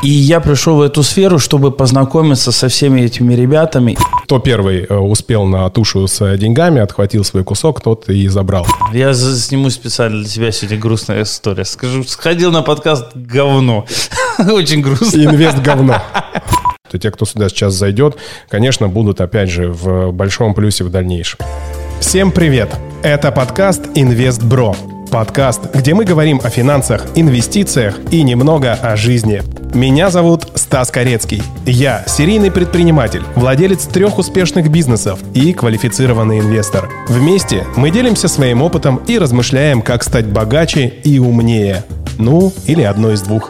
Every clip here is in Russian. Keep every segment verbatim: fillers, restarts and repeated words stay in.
И я пришел в эту сферу, чтобы познакомиться со всеми этими ребятами. Кто первый успел на тушу с деньгами, отхватил свой кусок, тот и забрал. Я сниму специально для тебя сегодня грустная история. Скажу, сходил на подкаст говно. Очень грустно. Инвест говно. Те, кто сюда сейчас зайдет, конечно, будут, опять же, в большом плюсе в дальнейшем. Всем привет! Это подкаст «Инвестбро». Подкаст, где мы говорим о финансах, инвестициях и немного о жизни. Меня зовут Стас Корецкий. Я серийный предприниматель, владелец трех успешных бизнесов и квалифицированный инвестор. Вместе мы делимся своим опытом и размышляем, как стать богаче и умнее. Ну, или одно из двух.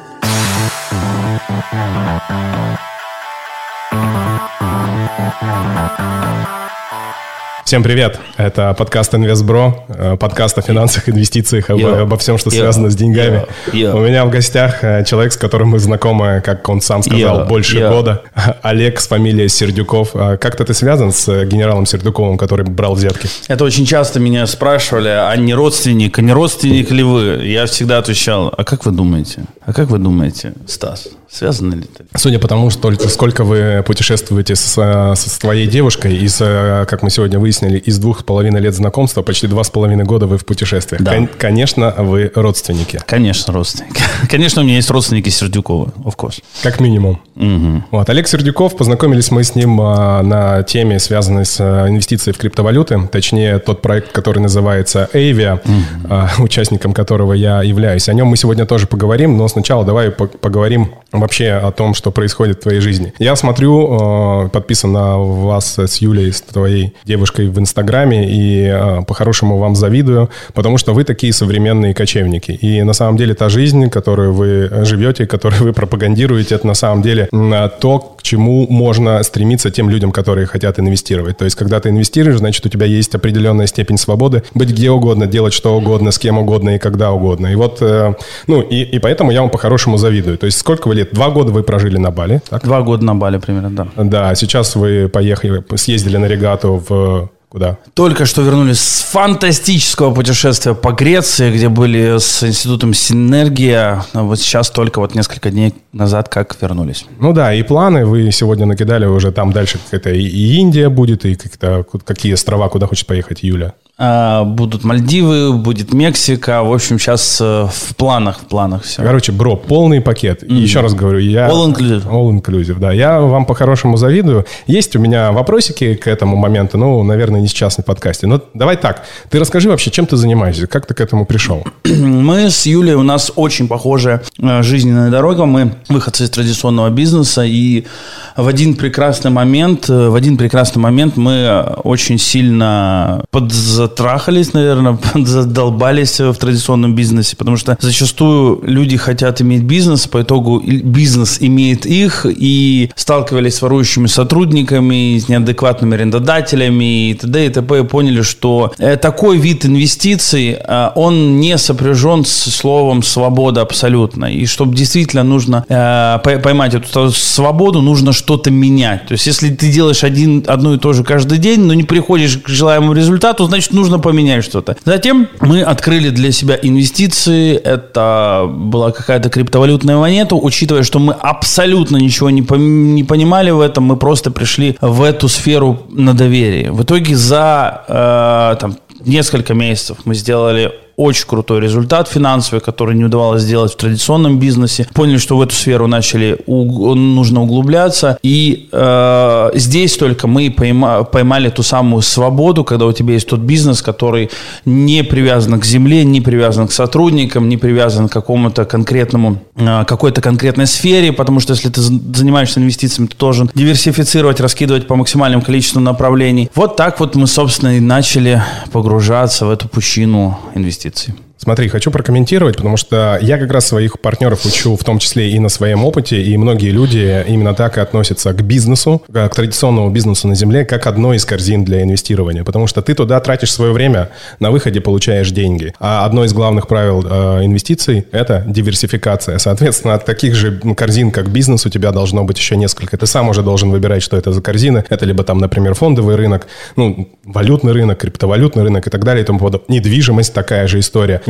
Всем привет! Это подкаст «Инвестбро», подкаст о финансах, инвестициях, об, Yo. обо всем, что Yo. связано с деньгами. Yo. Yo. У меня в гостях человек, с которым мы знакомы, как он сам сказал, Yo. больше Yo. года. Олег с фамилией Сердюков. Как-то ты связан с генералом Сердюковым, который брал взятки? Это очень часто меня спрашивали, а не родственник, а не родственник ли вы? Я всегда отвечал, а как вы думаете? А как вы думаете, Стас, связаны ли это? Судя по тому, что, сколько вы путешествуете со, со твоей девушкой, и, с, как мы сегодня выяснили, из двух с половиной лет знакомства, почти два с половиной года вы в путешествиях. Да. Кон- конечно, вы родственники. Конечно, родственники. Конечно, у меня есть родственники Сердюкова, of course. Как минимум. Угу. Вот. Олег Сердюков, познакомились мы с ним а, на теме, связанной с а, инвестицией в криптовалюты, точнее, тот проект, который называется Avia, угу. а, участником которого я являюсь. О нем мы сегодня тоже поговорим, но сначала давай по- поговорим вообще о том, что происходит в твоей жизни. Я смотрю, подписан на вас с Юлей, с твоей девушкой в Инстаграме, и по-хорошему вам завидую, потому что вы такие современные кочевники. И на самом деле та жизнь, которую вы живете, которую вы пропагандируете, это на самом деле то, к чему можно стремиться тем людям, которые хотят инвестировать. То есть, когда ты инвестируешь, значит, у тебя есть определенная степень свободы быть где угодно, делать что угодно, с кем угодно и когда угодно. И вот, ну, и, и поэтому я вам по-хорошему завидую. То есть, сколько вы лет? Два года вы прожили на Бали, так? Два года на Бали примерно, да. Да, сейчас вы поехали, съездили на регату в... Куда? Только что вернулись с фантастического путешествия по Греции, где были с институтом Синергия. Вот сейчас только вот несколько дней назад как вернулись. Ну да, и планы вы сегодня накидали уже там дальше. Это и Индия будет, и как-то, какие острова, куда хочет поехать Юля? А, будут Мальдивы, будет Мексика. В общем, сейчас в планах, в планах все. Короче, бро, полный пакет. Mm-hmm. Еще раз говорю, я... All inclusive. All inclusive, да. Я вам по-хорошему завидую. Есть у меня вопросики к этому моменту, ну, наверное, не сейчас, не в подкасте. Но давай так, ты расскажи вообще, чем ты занимаешься, как ты к этому пришел? Мы с Юлей, у нас очень похожая жизненная дорога. Мы выходцы из традиционного бизнеса, и в один прекрасный момент, в один прекрасный момент мы очень сильно подзатрахались, наверное, подзадолбались в традиционном бизнесе, потому что зачастую люди хотят иметь бизнес, по итогу бизнес имеет их, и сталкивались с ворующими сотрудниками, с неадекватными арендодателями и т.д. и т.п. и поняли, что такой вид инвестиций, он не сопряжен с словом «свобода» абсолютно. И чтобы действительно нужно поймать эту свободу, нужно что-то менять. То есть, если ты делаешь один, одно и то же каждый день, но не приходишь к желаемому результату, значит, нужно поменять что-то. Затем мы открыли для себя инвестиции. Это была какая-то криптовалютная монета. Учитывая, что мы абсолютно ничего не, по- не понимали в этом, мы просто пришли в эту сферу на доверие. В итоге за э, там, несколько месяцев мы сделали очень крутой результат финансовый, который не удавалось сделать в традиционном бизнесе. Поняли, что в эту сферу начали уг- нужно углубляться. И э, здесь только мы пойма- поймали ту самую свободу, когда у тебя есть тот бизнес, который не привязан к земле, не привязан к сотрудникам, не привязан к какому-то конкретному, э, какой-то конкретной сфере, потому что если ты занимаешься инвестициями, ты должен диверсифицировать, раскидывать по максимальному количеству направлений. Вот так вот мы, собственно, и начали погружаться в эту пущину инвестиций. Смотри, хочу прокомментировать, потому что я как раз своих партнеров учу, в том числе и на своем опыте, и многие люди именно так и относятся к бизнесу, к традиционному бизнесу на земле, как одной из корзин для инвестирования, потому что ты туда тратишь свое время, на выходе получаешь деньги. А одно из главных правил э, инвестиций – это диверсификация. Соответственно, от таких же корзин, как бизнес, у тебя должно быть еще несколько. Ты сам уже должен выбирать, что это за корзины. Это либо там, например, фондовый рынок, ну, валютный рынок, криптовалютный рынок и так далее и тому подобное. Недвижимость – такая же история.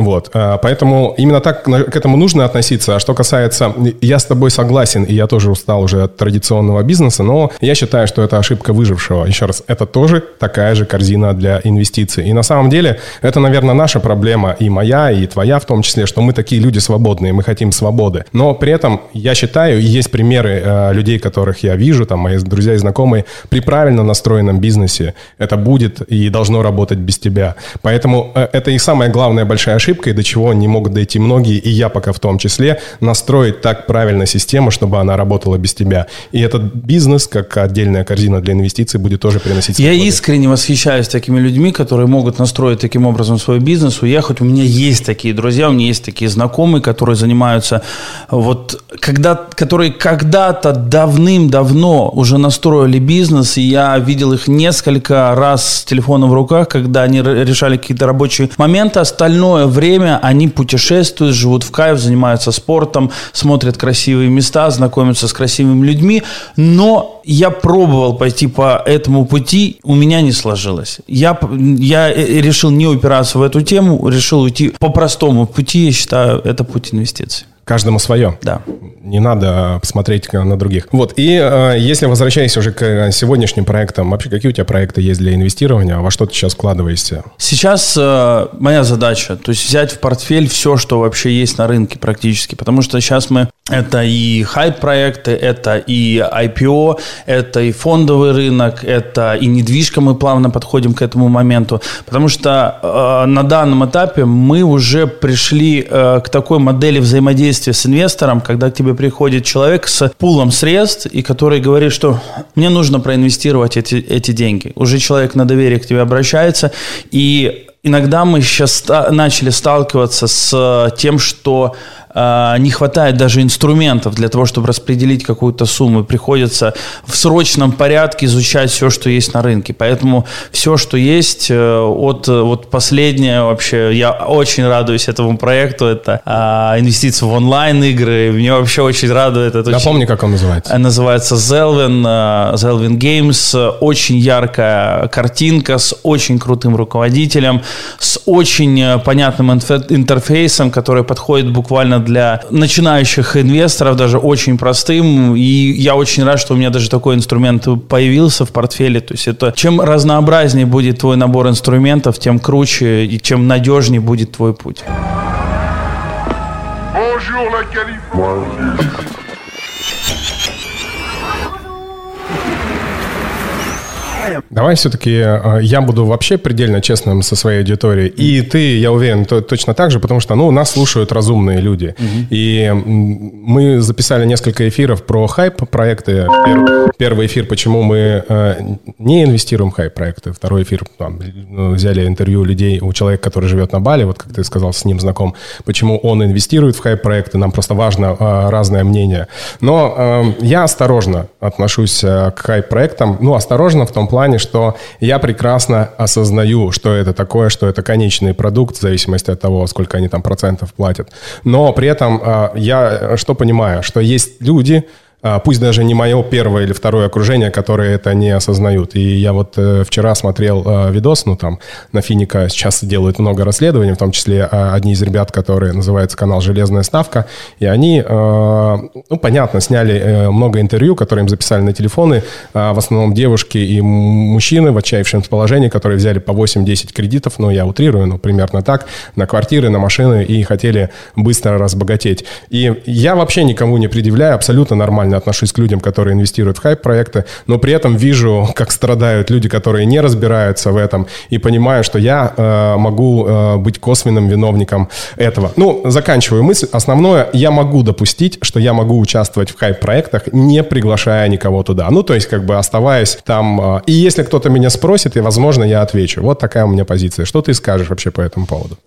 Вот. Поэтому именно так к этому нужно относиться. А что касается... Я с тобой согласен, и я тоже устал уже от традиционного бизнеса, но я считаю, что это ошибка выжившего. Еще раз, это тоже такая же корзина для инвестиций. И на самом деле это, наверное, наша проблема, и моя, и твоя в том числе, что мы такие люди свободные, мы хотим свободы. Но при этом я считаю, и есть примеры э, людей, которых я вижу, там, мои друзья и знакомые, при правильно настроенном бизнесе это будет и должно работать без тебя. Поэтому э, это и самая главная большая ошибка, и до чего не могут дойти многие, и я пока в том числе, настроить так правильно систему, чтобы она работала без тебя. И этот бизнес, как отдельная корзина для инвестиций, будет тоже приносить Я свободы. искренне восхищаюсь такими людьми, которые могут настроить таким образом свой бизнес, уехать. У меня есть такие друзья, у меня есть такие знакомые, которые занимаются, вот, когда, которые когда-то давным-давно уже настроили бизнес, и я видел их несколько раз с телефоном в руках, когда они решали какие-то рабочие моменты. Остальное время они путешествуют, живут в кайф, занимаются спортом, смотрят красивые места, знакомятся с красивыми людьми. Но я пробовал пойти по этому пути, у меня не сложилось. Я, я решил не упираться в эту тему, решил уйти по простому пути. Я считаю, это путь инвестиций. Каждому свое. Да. Не надо смотреть на других. Вот. И э, если возвращаясь уже к сегодняшним проектам, вообще какие у тебя проекты есть для инвестирования? Во что ты сейчас вкладываешься? Сейчас э, моя задача, то есть взять в портфель все, что вообще есть на рынке практически. Потому что сейчас мы... Это и хайп-проекты, это и ай пи о, это и фондовый рынок, это и недвижка, мы плавно подходим к этому моменту. Потому что э, на данном этапе мы уже пришли э, к такой модели взаимодействия с инвестором, когда к тебе приходит человек с пулом средств, и который говорит, что мне нужно проинвестировать эти, эти деньги. Уже человек на доверие к тебе обращается, и иногда мы сейчас начали сталкиваться с тем, что не хватает даже инструментов для того, чтобы распределить какую-то сумму. Приходится в срочном порядке изучать все, что есть на рынке. Поэтому все, что есть, от, вот последнее вообще, я очень радуюсь этому проекту. Это а, инвестиции в онлайн-игры. Меня вообще очень радует. Это Напомни, очень, как он называется. Называется Zelvin, Zelvin Games. Очень яркая картинка с очень крутым руководителем, с очень понятным интерфейсом, который подходит буквально для начинающих инвесторов, даже очень простым. И я очень рад, что у меня даже такой инструмент появился в портфеле. То есть это чем разнообразнее будет твой набор инструментов, тем круче и чем надежнее будет твой путь. Давай все-таки я буду вообще предельно честным со своей аудиторией. И ты, я уверен, то, точно так же, потому что ну, нас слушают разумные люди. Mm-hmm. И мы записали несколько эфиров про хайп-проекты. Пер, первый эфир, почему мы э, не инвестируем в хайп-проекты. Второй эфир, там, взяли интервью людей у человека, который живет на Бали, вот как ты сказал, с ним знаком, почему он инвестирует в хайп-проекты. Нам просто важно э, разное мнение. Но э, я осторожно отношусь э, к хайп-проектам. Ну, осторожно в том плане, плане, что я прекрасно осознаю, что это такое, что это конечный продукт, в зависимости от того, сколько они там процентов платят. Но при этом я что понимаю, что есть люди, пусть даже не мое первое или второе окружение, которые это не осознают. И я вот э, вчера смотрел э, видос, ну там на Финика сейчас делают много расследований, в том числе э, одни из ребят, которые называется канал «Железная ставка», и они, э, ну понятно, сняли э, много интервью, которые им записали на телефоны, э, в основном девушки и мужчины в отчаявшемся положении, которые взяли по восемь-десять кредитов, ну я утрирую, ну примерно так, на квартиры, на машины и хотели быстро разбогатеть. И я вообще никому не предъявляю, абсолютно нормально отношусь к людям, которые инвестируют в хайп-проекты, но при этом вижу, как страдают люди, которые не разбираются в этом, и понимаю, что я э, могу э, быть косвенным виновником этого. Ну, заканчиваю мысль. Основное, я могу допустить, что я могу участвовать в хайп-проектах, не приглашая никого туда. Ну, то есть, как бы оставаясь там. Э, и если кто-то меня спросит, и, возможно, я отвечу. Вот такая у меня позиция. Что ты скажешь вообще по этому поводу?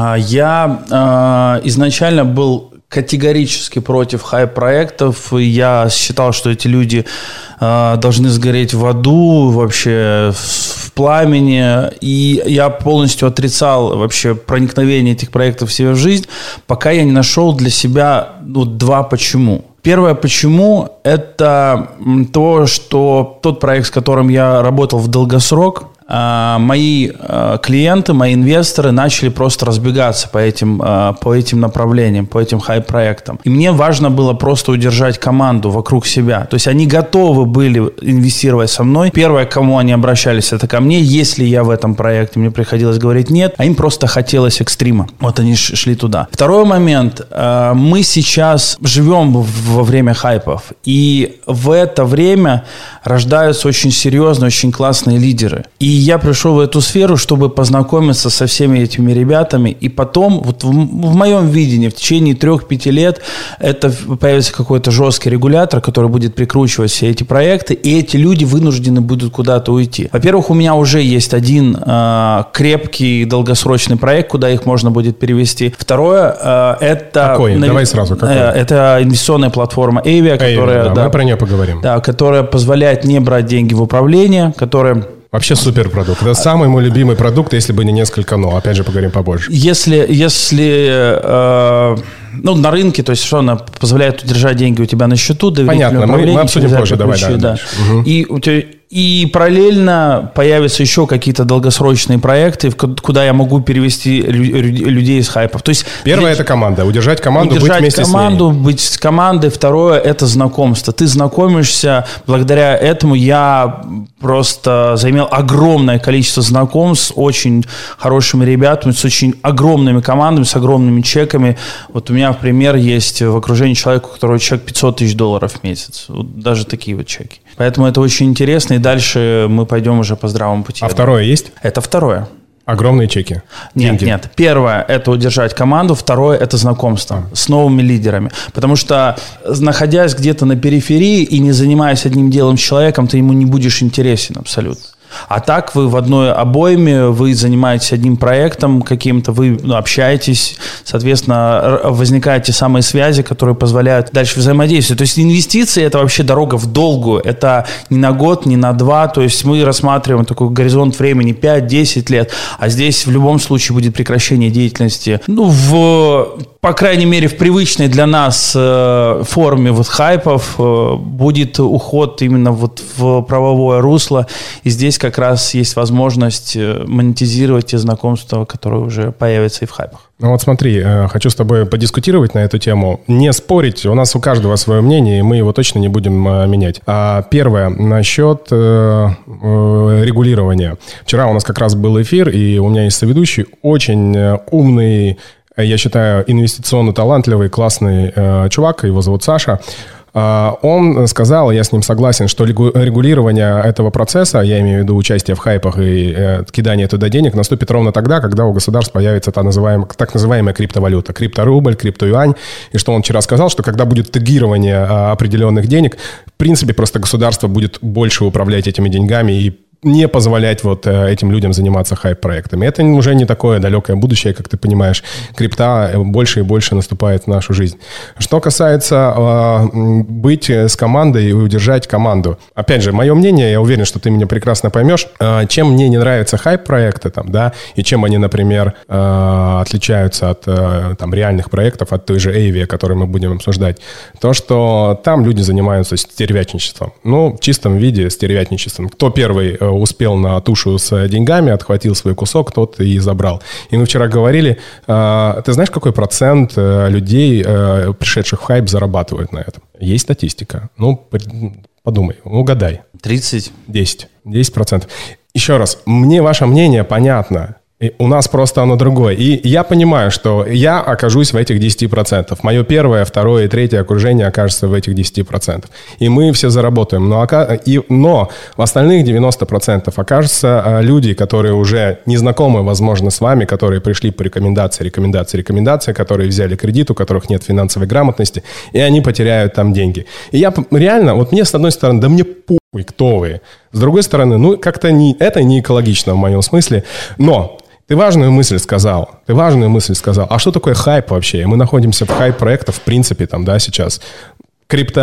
Я э, изначально был категорически против хайп-проектов. Я считал, что эти люди э, должны сгореть в аду, вообще в пламени. И я полностью отрицал вообще проникновение этих проектов в себе в жизнь, пока я не нашел для себя ну, два почему. Первое почему – это то, что тот проект, с которым я работал в долгосрок, мои клиенты, мои инвесторы начали просто разбегаться по этим, по этим направлениям, по этим хайп-проектам. И мне важно было просто удержать команду вокруг себя. То есть они готовы были инвестировать со мной. Первое, к кому они обращались, это ко мне. Если я в этом проекте, мне приходилось говорить нет, а им просто хотелось экстрима. Вот они шли туда. Второй момент. Мы сейчас живем во время хайпов. И в это время рождаются очень серьезные, очень классные лидеры. И я пришел в эту сферу, чтобы познакомиться со всеми этими ребятами. И потом, вот в, в моем видении, в течение трех-пяти лет это появится какой-то жесткий регулятор, который будет прикручивать все эти проекты. И эти люди вынуждены будут куда-то уйти. Во-первых, у меня уже есть один э, крепкий долгосрочный проект, куда их можно будет перевести. Второе, э, это... Какой? На, Давай сразу. Какой? Э, это инвестиционная платформа Avia, которая... Да, да, мы про нее поговорим. Да, которая позволяет не брать деньги в управление, которая... Вообще супер продукт. Это самый мой любимый продукт, если бы не несколько «но». Опять же, поговорим побольше. Если, если э, ну, на рынке, то есть что она позволяет удержать деньги у тебя на счету, понятно, мы, мы обсудим позже, давай, ключи, да. да. И у тебя... И параллельно появятся еще какие-то долгосрочные проекты, куда я могу перевести людей из хайпов. То есть первое – это команда. Удержать команду, удержать быть вместе команду, с ней. быть с командой. Второе – это знакомство. Ты знакомишься. Благодаря этому я просто заимел огромное количество знакомств с очень хорошими ребятами, с очень огромными командами, с огромными чеками. Вот у меня, например, есть в окружении человека, у которого чек пятьсот тысяч долларов в месяц. Вот даже такие вот чеки. Поэтому это очень интересно. И дальше мы пойдем уже по здравому пути. А второе есть? Это второе. Огромные чеки? Нет, деньги. нет. Первое – это удержать команду. Второе – это знакомство а. с новыми лидерами. Потому что, находясь где-то на периферии и не занимаясь одним делом с человеком, ты ему не будешь интересен абсолютно. А так вы в одной обойме, вы занимаетесь одним проектом каким-то, вы ну, общаетесь, соответственно, возникают те самые связи, которые позволяют дальше взаимодействовать. То есть инвестиции – это вообще дорога в долгую. Это не на год, не на два. То есть мы рассматриваем такой горизонт времени пять-десять лет, а здесь в любом случае будет прекращение деятельности. Ну, в... по крайней мере, в привычной для нас э, форме вот хайпов э, будет уход именно вот в правовое русло. И здесь как раз есть возможность монетизировать те знакомства, которые уже появятся и в хайпах. Ну вот смотри, э, хочу с тобой подискутировать на эту тему. Не спорить, у нас у каждого свое мнение, и мы его точно не будем э, менять. А первое, насчет э, э, регулирования. Вчера у нас как раз был эфир, и у меня есть соведущий, очень умный, я считаю, инвестиционно талантливый, классный э, чувак, его зовут Саша. Э, он сказал, я с ним согласен, что регулирование этого процесса, я имею в виду участие в хайпах и э, кидание туда денег, наступит ровно тогда, когда у государств появится та называемая, так называемая криптовалюта, крипторубль, криптоюань. И что он вчера сказал, что когда будет тегирование э, определенных денег, в принципе, просто государство будет больше управлять этими деньгами и не позволять вот этим людям заниматься хайп-проектами. Это уже не такое далекое будущее, как ты понимаешь. Крипта больше и больше наступает в нашу жизнь. Что касается э, быть с командой и удержать команду. Опять же, мое мнение, я уверен, что ты меня прекрасно поймешь, э, чем мне не нравятся хайп-проекты, там, да, и чем они, например, э, отличаются от э, там, реальных проектов, от той же Avia, которую мы будем обсуждать, то, что там люди занимаются стервятничеством. Ну, в чистом виде стервятничеством. Кто первый э, успел на тушу с деньгами, отхватил свой кусок, тот и забрал. И мы вчера говорили, э, ты знаешь, какой процент э, людей, э, пришедших в хайп, зарабатывают на этом? Есть статистика. Ну, подумай, угадай. тридцать? десять. десять процентов. Еще раз, мне ваше мнение понятно. И у нас просто оно другое. И я понимаю, что я окажусь в этих десяти процентах. Мое первое, второе и третье окружение окажется в этих десяти процентах. И мы все заработаем. Но, и, но в остальных девяноста процентах окажутся люди, которые уже не знакомы, возможно, с вами, которые пришли по рекомендации, рекомендации, рекомендации, которые взяли кредит, у которых нет финансовой грамотности, и они потеряют там деньги. И я реально, вот мне с одной стороны, да мне похуй, кто вы. С другой стороны, ну как-то не, это не экологично в моем смысле. Но ты важную мысль сказал. Ты важную мысль сказал. А что такое хайп вообще? Мы находимся в хайп-проектах, в принципе, там, да, сейчас. Крипта,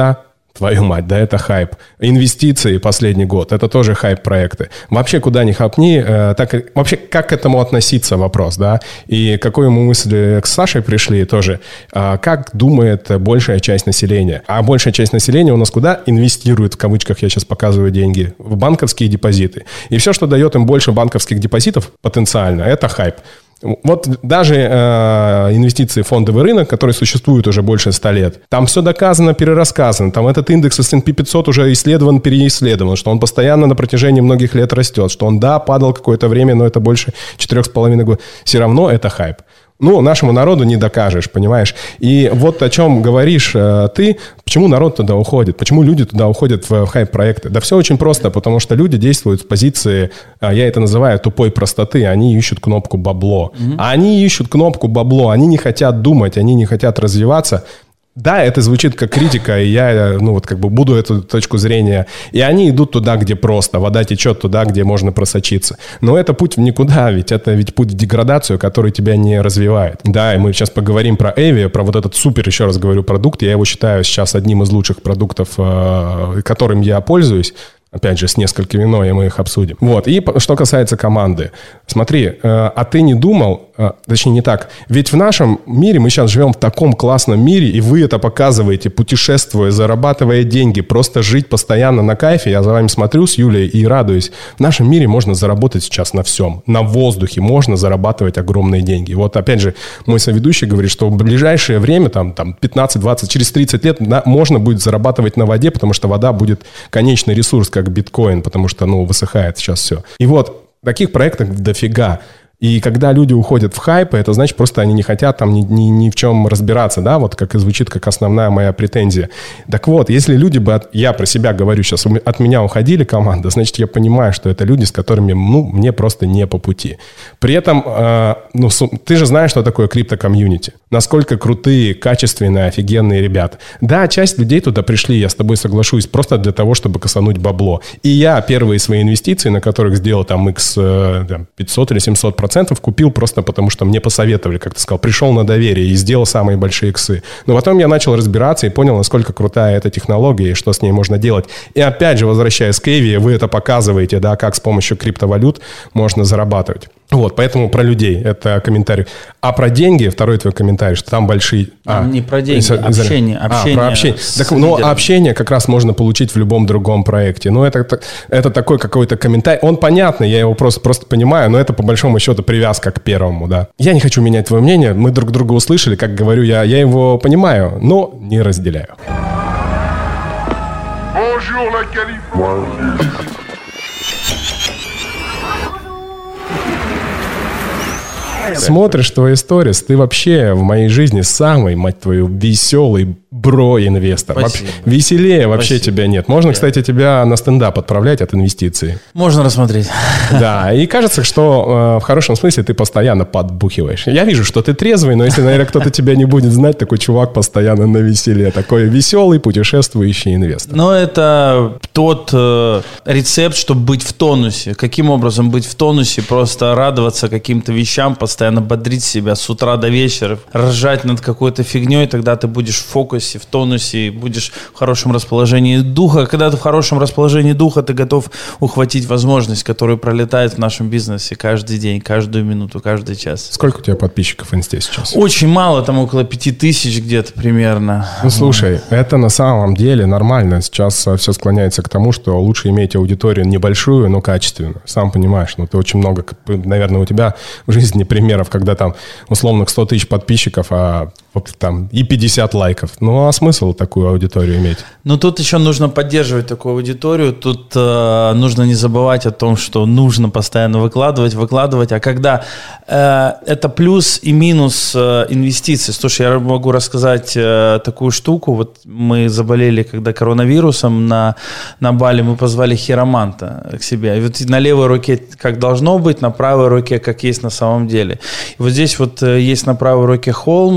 Твою мать, да это хайп. Инвестиции последний год, это тоже хайп-проекты. Вообще, куда ни хапни, э, так, вообще, как к этому относиться, вопрос, да? И какую мы мысли к Саше пришли тоже. Э, как думает большая часть населения? А большая часть населения у нас куда инвестирует, в кавычках я сейчас показываю деньги? В банковские депозиты. И все, что дает им больше банковских депозитов потенциально, это хайп. Вот даже э, инвестиции в фондовый рынок, который существует уже больше ста лет, там все доказано, перерассказано. Там этот индекс эс энд пи пятьсот уже исследован, переисследован, что он постоянно на протяжении многих лет растет, что он, да, падал какое-то время, но это больше четырех с половиной годов. Все равно это хайп. Ну, нашему народу не докажешь, понимаешь? И вот о чем говоришь э, ты, почему народ туда уходит, почему люди туда уходят в, в хайп-проекты. Да все очень просто, потому что люди действуют в позиции, э, я это называю тупой простоты, они ищут кнопку бабло. Mm-hmm. А они ищут кнопку бабло, они не хотят думать, они не хотят развиваться. Да, это звучит как критика, и я, ну, вот как бы буду эту точку зрения. И они идут туда, где просто, вода течет туда, где можно просочиться. Но это путь в никуда, ведь это ведь путь в деградацию, который тебя не развивает. Да, и мы сейчас поговорим про Эйвиа, про вот этот супер, еще раз говорю, продукт. Я его считаю сейчас одним из лучших продуктов, которым я пользуюсь. Опять же, с несколькими «но», и мы их обсудим. Вот. И что касается команды. Смотри, э, а ты не думал, э, точнее не так, ведь в нашем мире, мы сейчас живем в таком классном мире, и вы это показываете, путешествуя, зарабатывая деньги, просто жить постоянно на кайфе. Я за вами смотрю с Юлей и радуюсь. В нашем мире можно заработать сейчас на всем. На воздухе можно зарабатывать огромные деньги. Вот опять же, мой соведущий говорит, что в ближайшее время, там, там пятнадцать, двадцать, через тридцать лет на, можно будет зарабатывать на воде, потому что вода будет конечный ресурс, как биткоин, потому что, ну, высыхает сейчас все. И вот таких проектов дофига. И когда люди уходят в хайпы, это значит, просто они не хотят там ни, ни, ни в чем разбираться, да, вот как и звучит как основная моя претензия. Так вот, если люди бы, от, я про себя говорю сейчас, от меня уходили команда, значит, я понимаю, что это люди, с которыми, ну, мне просто не по пути. При этом, э, ну, ты же знаешь, что такое крипто-комьюнити. Насколько крутые, качественные, офигенные ребята. Да, часть людей туда пришли, я с тобой соглашусь, просто для того, чтобы косануть бабло. И я первые свои инвестиции, на которых сделал там икс пятьсот или семьсот процентов, купил просто потому, что мне посоветовали, как ты сказал, пришел на доверие и сделал самые большие иксы. Но потом я начал разбираться и понял, насколько крутая эта технология и что с ней можно делать. И опять же, возвращаясь к Эйвиа, вы это показываете, да, как с помощью криптовалют можно зарабатывать. Вот, поэтому про людей это комментарий. А про деньги, второй твой комментарий, что там большие... А, не про деньги, из, общение. А, общение про общение. Так, ну, общение как раз можно получить в любом другом проекте. Ну, это, это такой какой-то комментарий. Он понятный, я его просто, просто понимаю, но это по большому счету привязка к первому, да. Я не хочу менять твое мнение, мы друг друга услышали, как говорю я, я его понимаю, но не разделяю. Смотришь твои сторис, ты вообще в моей жизни самый, мать твою, веселый бро-инвестор. Вообще, веселее вообще Спасибо. Тебя нет. Можно, кстати, тебя на стендап отправлять от инвестиций. Можно рассмотреть. Да, и кажется, что э, в хорошем смысле ты постоянно подбухиваешь. Я вижу, что ты трезвый, но если, наверное, кто-то тебя не будет знать, такой чувак постоянно на веселе. Такой веселый, путешествующий инвестор. Но это тот э, рецепт, чтобы быть в тонусе. Каким образом быть в тонусе? Просто радоваться каким-то вещам, постоянно бодрить себя с утра до вечера, ржать над какой-то фигней, тогда ты будешь в фокусе, в тонусе, будешь в хорошем расположении духа. Когда ты в хорошем расположении духа, ты готов ухватить возможность, которая пролетает в нашем бизнесе каждый день, каждую минуту, каждый час. Сколько у тебя подписчиков в Инсте сейчас? Очень мало, там около пяти тысяч где-то примерно. Ну, слушай, это на самом деле нормально. Сейчас все склоняется к тому, что лучше иметь аудиторию небольшую, но качественную. Сам понимаешь, ну, ты очень много, наверное, у тебя в жизни примеров, когда там условно сто тысяч подписчиков, а там и пятьдесят лайков. Ну, а смысл такую аудиторию иметь? Ну, тут еще нужно поддерживать такую аудиторию. Тут э, нужно не забывать о том, что нужно постоянно выкладывать, выкладывать. А когда э, это плюс и минус э, инвестиций. Слушай, я могу рассказать э, такую штуку. Вот мы заболели, когда коронавирусом на, на Бали, мы позвали хироманта к себе. И вот на левой руке как должно быть, на правой руке как есть на самом деле. И вот здесь вот э, есть на правой руке холм,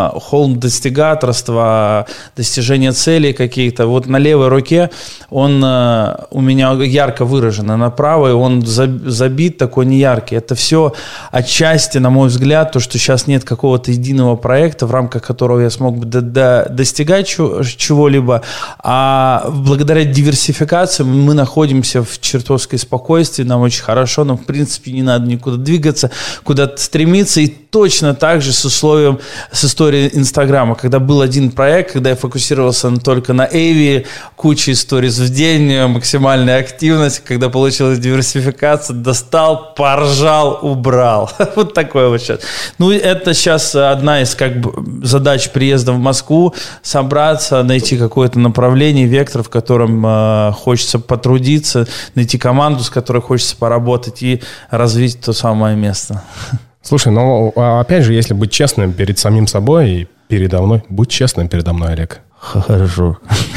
холм достигаторства, достижения целей каких-то. Вот на левой руке он у меня ярко выражен, а на правой он забит, такой неяркий. Это все отчасти, на мой взгляд, то, что сейчас нет какого-то единого проекта, в рамках которого я смог бы достигать чего-либо, а благодаря диверсификации мы находимся в чертовской спокойствии, нам очень хорошо, нам в принципе не надо никуда двигаться, куда-то стремиться, и точно так же с условием, с историей Инстаграма, когда был один проект, когда я фокусировался только на Эйви, куча историз в день, максимальная активность, когда получилась диверсификация, достал, поржал, убрал. Вот такое вот сейчас. Ну, это сейчас одна из как бы задач приезда в Москву, собраться, найти какое-то направление, вектор, в котором э, хочется потрудиться, найти команду, с которой хочется поработать и развить то самое место. Слушай, ну, опять же, если быть честным перед самим собой и передо мной, будь честным передо мной, Олег. Хорошо.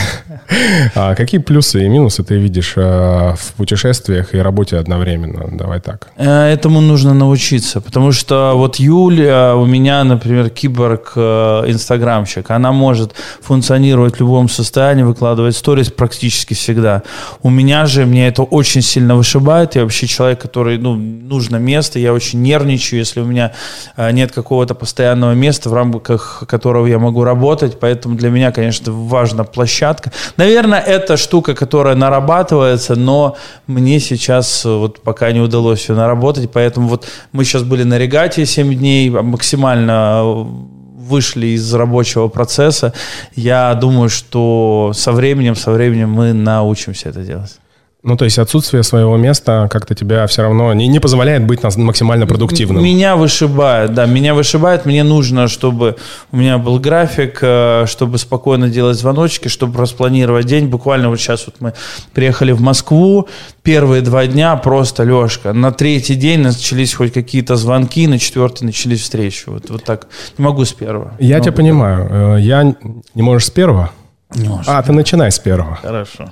А какие плюсы и минусы ты видишь в путешествиях и работе одновременно? Давай так. Этому нужно научиться, потому что вот Юля у меня, например, киборг-инстаграмщик, она может функционировать в любом состоянии, выкладывать сторис практически всегда. У меня же, мне это очень сильно вышибает. Я вообще человек, который, ну, нужно место, я очень нервничаю, если у меня нет какого-то постоянного места, в рамках которого я могу работать, поэтому для меня, конечно, важна площадка. Наверное, это штука, которая нарабатывается, но мне сейчас вот пока не удалось ее наработать, поэтому вот мы сейчас были на регате семь дней, максимально вышли из рабочего процесса. Я думаю, что со временем, со временем мы научимся это делать. Ну, то есть отсутствие своего места как-то тебя все равно не, не позволяет быть максимально продуктивным. Меня вышибает, да, меня вышибает. Мне нужно, чтобы у меня был график, чтобы спокойно делать звоночки, чтобы распланировать день. Буквально вот сейчас вот мы приехали в Москву, первые два дня просто Лешка. На третий день начались хоть какие-то звонки, на четвертый начались встречи. Вот, вот так. Не могу с первого. Я Но тебя понимаю. Я не можешь с первого? Не можешь. А, ты начинай с первого. Хорошо.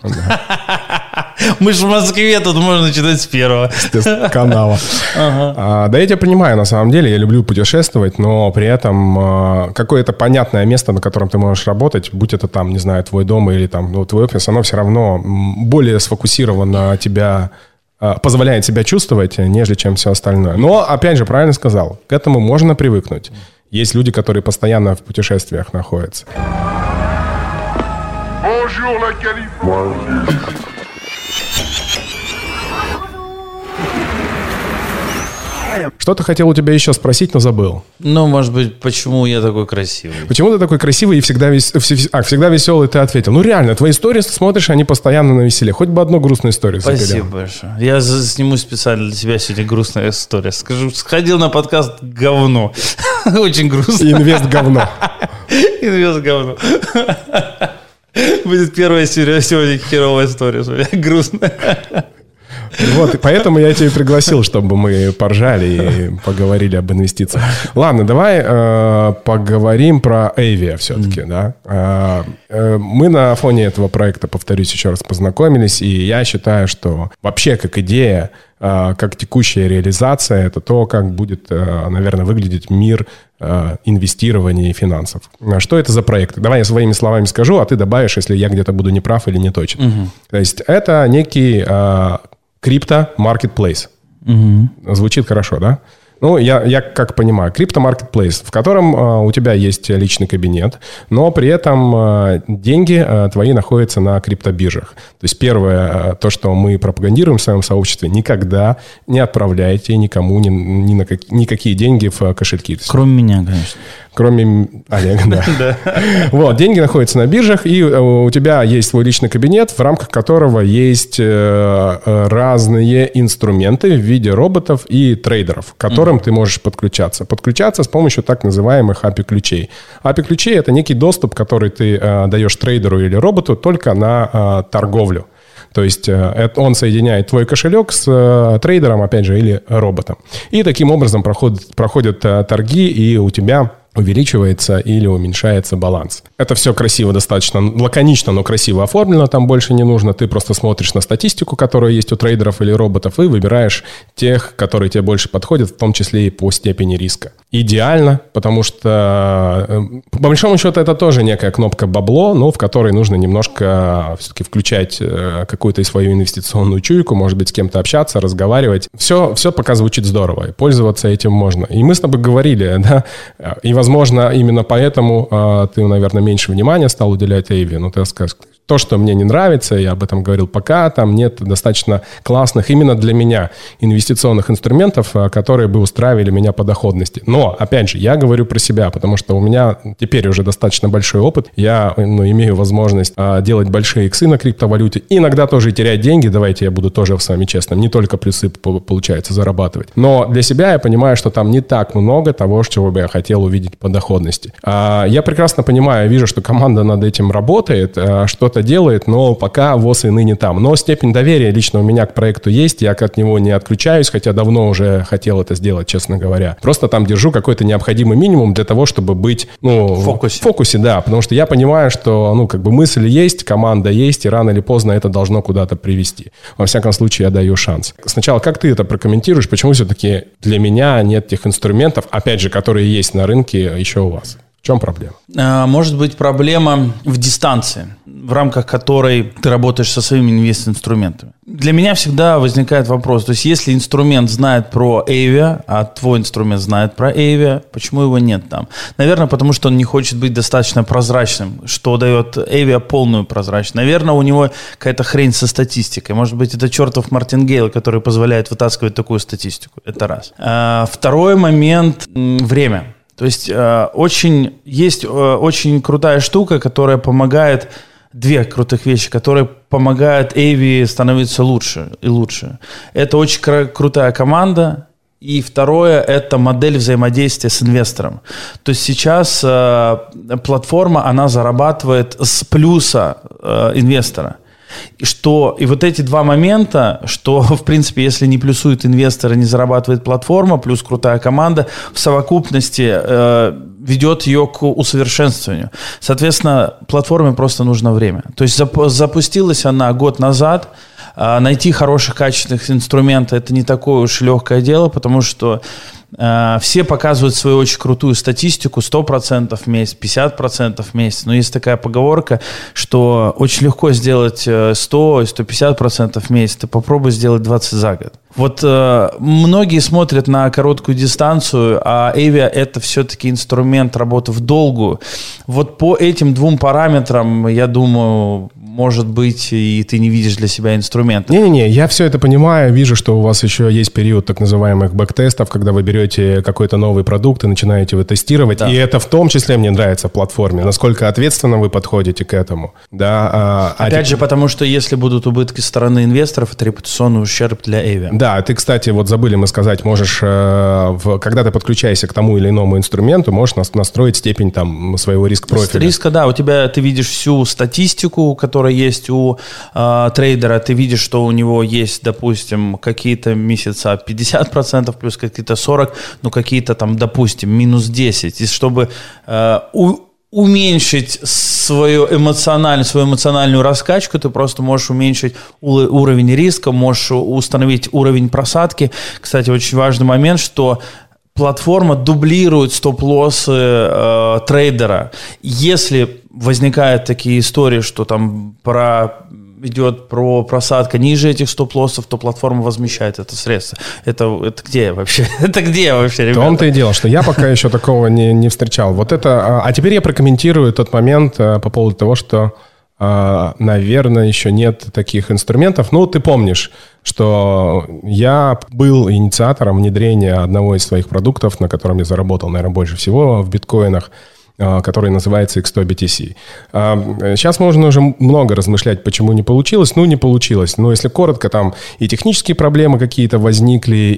Мы же в Москве, тут можно начинать с первого. С канала. Ага. А, да, я тебя понимаю, на самом деле. Я люблю путешествовать, но при этом а, какое-то понятное место, на котором ты можешь работать, будь это там, не знаю, твой дом или там, ну, твой офис, оно все равно более сфокусировано тебя, а, позволяет себя чувствовать, нежели чем все остальное. Но, опять же, правильно сказал, к этому можно привыкнуть. Есть люди, которые постоянно в путешествиях находятся. Что-то хотел у тебя еще спросить, но забыл. Ну, может быть, почему я такой красивый? Почему ты такой красивый и всегда, вес... а, всегда веселый, ты ответил. Ну, реально, твои истории смотришь, они постоянно на веселе. Хоть бы одну грустную историю. Спасибо заберем. большое. Я сниму специально для тебя сегодня грустная история. Скажу, сходил на подкаст говно. Очень грустно. Инвест говно. Инвест говно. Будет первая серия сегодня херовая история. Грустная. Вот, и поэтому я тебя и пригласил, чтобы мы поржали и поговорили об инвестициях. Ладно, давай э, поговорим про Avia все-таки, mm. да. Э, э, мы на фоне этого проекта, повторюсь еще раз, познакомились, и я считаю, что вообще как идея, э, как текущая реализация, это то, как будет, э, наверное, выглядеть мир э, инвестирования и финансов. Что это за проект? Давай я своими словами скажу, а ты добавишь, если я где-то буду неправ или не точен. Mm-hmm. То есть это некий... Э, крипто-маркетплейс. Угу. Звучит хорошо, да? Ну, я, я как понимаю, крипто-маркетплейс, в котором э, у тебя есть личный кабинет, но при этом э, деньги э, твои находятся на криптобиржах. То есть первое, э, то, что мы пропагандируем в своем сообществе, никогда не отправляйте никому ни, ни на как, никакие деньги в кошельки. Кроме меня, конечно. Кроме Олега, да. Вот, деньги находятся на биржах, и у тебя есть свой личный кабинет, в рамках которого есть разные инструменты в виде роботов и трейдеров, к которым ты можешь подключаться. Подключаться с помощью так называемых эй пи ай-ключей. эй пи ай-ключи – это некий доступ, который ты даешь трейдеру или роботу только на торговлю. То есть он соединяет твой кошелек с трейдером, опять же, или роботом. И таким образом проходят, проходят торги, и у тебя увеличивается или уменьшается баланс. Это все красиво, достаточно лаконично, но красиво оформлено, там больше не нужно. Ты просто смотришь на статистику, которая есть у трейдеров или роботов, и выбираешь тех, которые тебе больше подходят, в том числе и по степени риска. Идеально, потому что, по большому счету, это тоже некая кнопка бабло, но в которой нужно немножко все-таки включать какую-то свою инвестиционную чуйку, может быть, с кем-то общаться, разговаривать. Все, все пока звучит здорово, и пользоваться этим можно. И мы с тобой говорили, да, и, возможно, именно поэтому ты, наверное, меньше внимания стал уделять Эйве. Ну, ты скажешь, то, что мне не нравится, я об этом говорил, пока там нет достаточно классных именно для меня инвестиционных инструментов, которые бы устраивали меня по доходности. Но, опять же, я говорю про себя, потому что у меня теперь уже достаточно большой опыт. Я ну, имею возможность а, делать большие иксы на криптовалюте. Иногда тоже терять деньги. Давайте я буду тоже с вами честным. Не только плюсы получается зарабатывать. Но для себя я понимаю, что там не так много того, чего бы я хотел увидеть по доходности. А, я прекрасно понимаю, вижу, что команда над этим работает, а, что-то делает, но пока ВОЗ и ныне там. Но степень доверия лично у меня к проекту есть, я от него не отключаюсь, хотя давно уже хотел это сделать, честно говоря. Просто там держу какой-то необходимый минимум для того, чтобы быть ну, в фокусе. В фокусе, да, потому что я понимаю, что ну, как бы мысль есть, команда есть, и рано или поздно это должно куда-то привести. Во всяком случае, я даю шанс. Сначала, как ты это прокомментируешь, почему все-таки для меня нет тех инструментов, опять же, которые есть на рынке еще у вас? В чем проблема? Может быть, проблема в дистанции, в рамках которой ты работаешь со своими инвест-инструментами. Для меня всегда возникает вопрос, то есть если инструмент знает про Эйвия, а твой инструмент знает про Эйвия, почему его нет там? Наверное, потому что он не хочет быть достаточно прозрачным, что дает Эйвия полную прозрачность. Наверное, у него какая-то хрень со статистикой. Может быть, это чертов Мартингейл, который позволяет вытаскивать такую статистику. Это раз. А, второй момент – время. То есть э, очень, есть э, очень крутая штука, которая помогает, две крутых вещи, которые помогают Эйви становиться лучше и лучше. Это очень кр- крутая команда. И второе – это модель взаимодействия с инвестором. То есть сейчас э, платформа, она зарабатывает с плюса э, инвестора. И, что, и вот эти два момента, что, в принципе, если не плюсует инвестор и не зарабатывает платформа, плюс крутая команда, в совокупности э, ведет ее к усовершенствованию. Соответственно, платформе просто нужно время. То есть зап- запустилась она год назад. Э, найти хороших, качественных инструментов – это не такое уж легкое дело, потому что все показывают свою очень крутую статистику, сто процентов в месяц, пятьдесят процентов в месяц. Но есть такая поговорка, что очень легко сделать сто - сто пятьдесят процентов в месяц. Ты попробуй сделать двадцать за год. Вот э, многие смотрят на короткую дистанцию, а Эйвия – это все-таки инструмент работы в долгую. Вот по этим двум параметрам, я думаю, может быть, и ты не видишь для себя инструмента. Не-не-не, я все это понимаю, вижу, что у вас еще есть период так называемых бэк-тестов, когда вы берете какой-то новый продукт и начинаете его тестировать, да. И это в том числе мне нравится в платформе, насколько ответственно вы подходите к этому. Да, а, Опять а же, потому что если будут убытки со стороны инвесторов, это репутационный ущерб для Эйвия. Да, ты, кстати, вот забыли мы сказать, можешь, э, в, когда ты подключаешься к тому или иному инструменту, можешь нас, настроить степень там своего риск-профиля. Риска, да, у тебя ты видишь всю статистику, которая есть у э, трейдера, ты видишь, что у него есть, допустим, какие-то месяца пятьдесят процентов плюс какие-то сорок, ну какие-то там, допустим, минус десять, и чтобы э, у уменьшить свою эмоциональную, свою эмоциональную раскачку, ты просто можешь уменьшить уровень риска, можешь установить уровень просадки. Кстати, очень важный момент, что платформа дублирует стоп-лоссы э, трейдера. Если возникают такие истории, что там про... идет про просадка ниже этих стоп-лоссов, то платформа возмещает это средство. Это, это где вообще? Это где вообще, ребята? В том-то и дело, что я пока еще такого не, не встречал. Вот это, а теперь я прокомментирую тот момент по поводу того, что, наверное, еще нет таких инструментов. Ну, ты помнишь, что я был инициатором внедрения одного из своих продуктов, на котором я заработал, наверное, больше всего в биткоинах. который называется икс сто би ти си. Сейчас можно уже много размышлять, почему не получилось. Ну, не получилось. Но если коротко, там и технические проблемы какие-то возникли,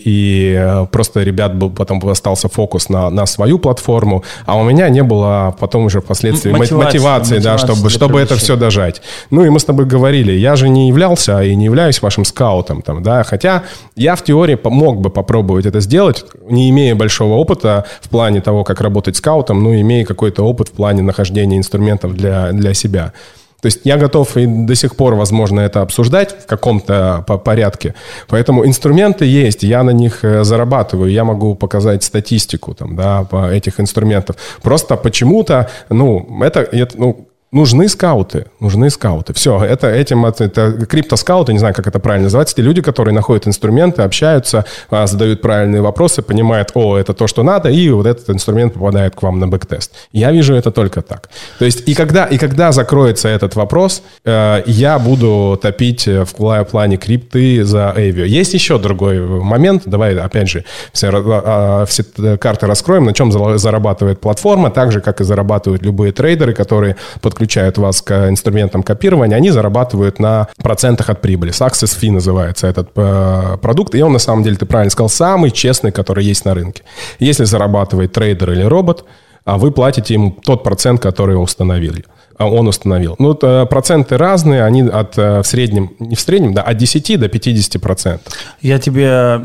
и просто ребят был, потом остался фокус на, на свою платформу, а у меня не было потом уже впоследствии мотивации, мотивации да, чтобы, чтобы это все дожать. Ну, и мы с тобой говорили, я же не являлся и не являюсь вашим скаутом, там, да, хотя я в теории мог бы попробовать это сделать, не имея большого опыта в плане того, как работать скаутом, но имея какой-то опыт в плане нахождения инструментов для, для себя. То есть я готов и до сих пор, возможно, это обсуждать в каком-то порядке. Поэтому инструменты есть, я на них зарабатываю, я могу показать статистику там, да, этих инструментов. Просто почему-то, ну, это, это ну, нужны скауты, нужны скауты. Все, это, этим, это криптоскауты, не знаю, как это правильно называется, те люди, которые находят инструменты, общаются, задают правильные вопросы, понимают, о, это то, что надо, и вот этот инструмент попадает к вам на бэктест. Я вижу это только так. То есть и когда, и когда закроется этот вопрос, э, я буду топить в плане крипты за Aavio. Есть еще другой момент, давай опять же все, э, все карты раскроем, на чем зарабатывает платформа, так же, как и зарабатывают любые трейдеры, которые подключаются включают вас к инструментам копирования, они зарабатывают на процентах от прибыли. Success Fee называется этот э, продукт, и он, на самом деле, ты правильно сказал, самый честный, который есть на рынке. Если зарабатывает трейдер или робот, а вы платите ему тот процент, который установили. Он установил. Ну, проценты разные, они от, в среднем, не в среднем, да, от десяти до пятидесяти процентов. Я тебе, э,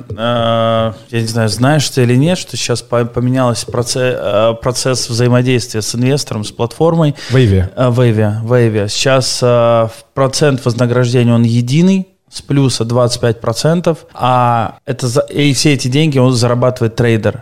я не знаю, знаешь ты или нет, что сейчас поменялся процесс, процесс взаимодействия с инвестором, с платформой. Wavy. Wavy, Wavy. Сейчас э, процент вознаграждения, он единый, с плюса двадцать пять процентов, а это за, и все эти деньги он зарабатывает трейдер.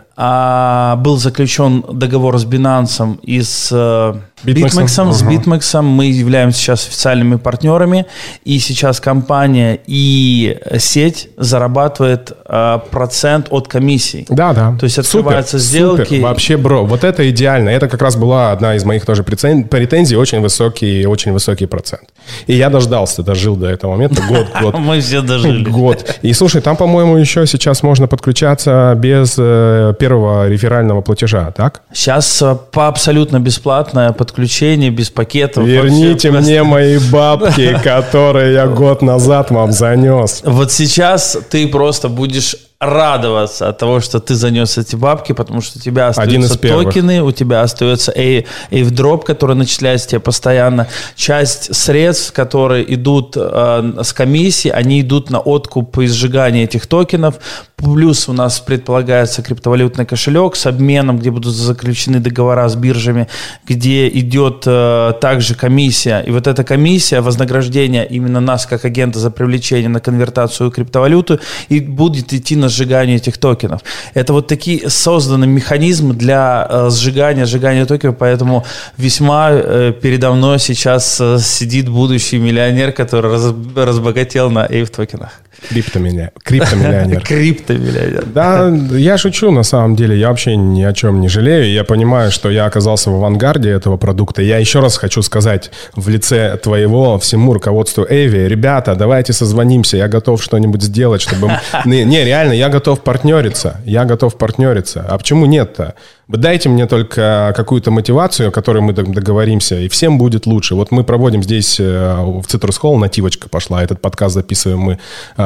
А был заключен договор с Binance и с BitMEX, uh-huh. с BitMEX. Мы являемся сейчас официальными партнерами, и сейчас компания и сеть зарабатывает uh, процент от комиссий. Да, да. То есть открываются супер, сделки. Супер. Вообще, бро, вот это идеально. Это как раз была одна из моих тоже претензий, очень высокий, очень высокий процент. И я дождался, дожил до этого момента, год, год. Мы все дожили. Год. И слушай, там, по-моему, еще сейчас можно подключаться без э, первого реферального платежа, так? Сейчас э, по абсолютно бесплатное подключение, без пакетов. Верните мне мои бабки, которые я год назад вам занес. Вот сейчас ты просто будешь радоваться от того, что ты занес эти бабки, потому что у тебя остаются токены, у тебя остается airdrop, который начисляется тебе постоянно. Часть средств, которые идут э, с комиссии, они идут на откуп и сжигание этих токенов. Плюс у нас предполагается криптовалютный кошелек с обменом, где будут заключены договора с биржами, где идет э, также комиссия. И вот эта комиссия, вознаграждение именно нас, как агента за привлечение на конвертацию криптовалюты, и будет идти на сжиганию этих токенов. Это вот такие созданы механизмы для э, сжигания, сжигания токенов, поэтому весьма э, передо мной сейчас э, сидит будущий миллионер, который раз, разбогател на эйв токенах. Криптомиллионер. Криптомиллионер. Криптомиллионер. Да, я шучу на самом деле. Я вообще ни о чем не жалею. Я понимаю, что я оказался в авангарде этого продукта. Я еще раз хочу сказать в лице твоего всему руководству Aavio: ребята, давайте созвонимся. Я готов что-нибудь сделать, чтобы... Не, не, реально, я готов партнериться. Я готов партнериться. А почему нет-то? Вы дайте мне только какую-то мотивацию, о которой мы договоримся, и всем будет лучше. Вот мы проводим здесь в Citrus Hall, нативочка пошла. Этот подкаст записываем мы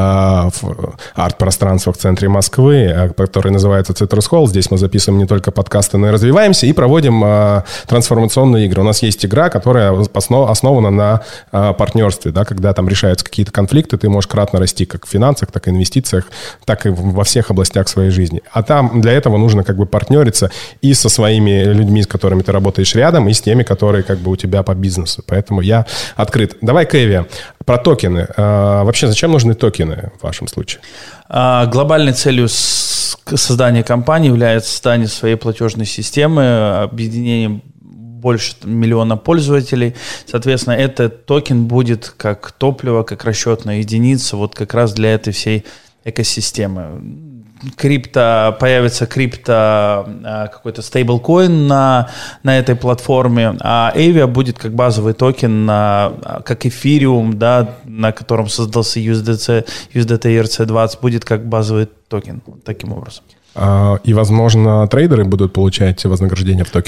в арт-пространствах в центре Москвы, который называется Citrus Hall. Здесь мы записываем не только подкасты, но и развиваемся, и проводим трансформационные игры. У нас есть игра, которая основана на партнерстве, да, когда там решаются какие-то конфликты, ты можешь кратно расти как в финансах, так и в инвестициях, так и во всех областях своей жизни. А там для этого нужно как бы партнериться и со своими людьми, с которыми ты работаешь рядом, и с теми, которые как бы у тебя по бизнесу. Поэтому я открыт. Давай к Aavio. Про токены. А, вообще, зачем нужны токены в вашем случае? А, глобальной целью создания компании является создание своей платежной системы, объединение больше миллиона пользователей. Соответственно, этот токен будет как топливо, как расчетная единица вот как раз для этой всей экосистемы. Крипто, появится крипто какой-то стейблкоин на, на этой платформе, а Aavio будет как базовый токен, на, как эфириум, да, на котором создался ю эс ди си, ю эс ди ти и эр си двадцать, будет как базовый токен, таким образом. И, возможно, трейдеры будут получать вознаграждение в токенах?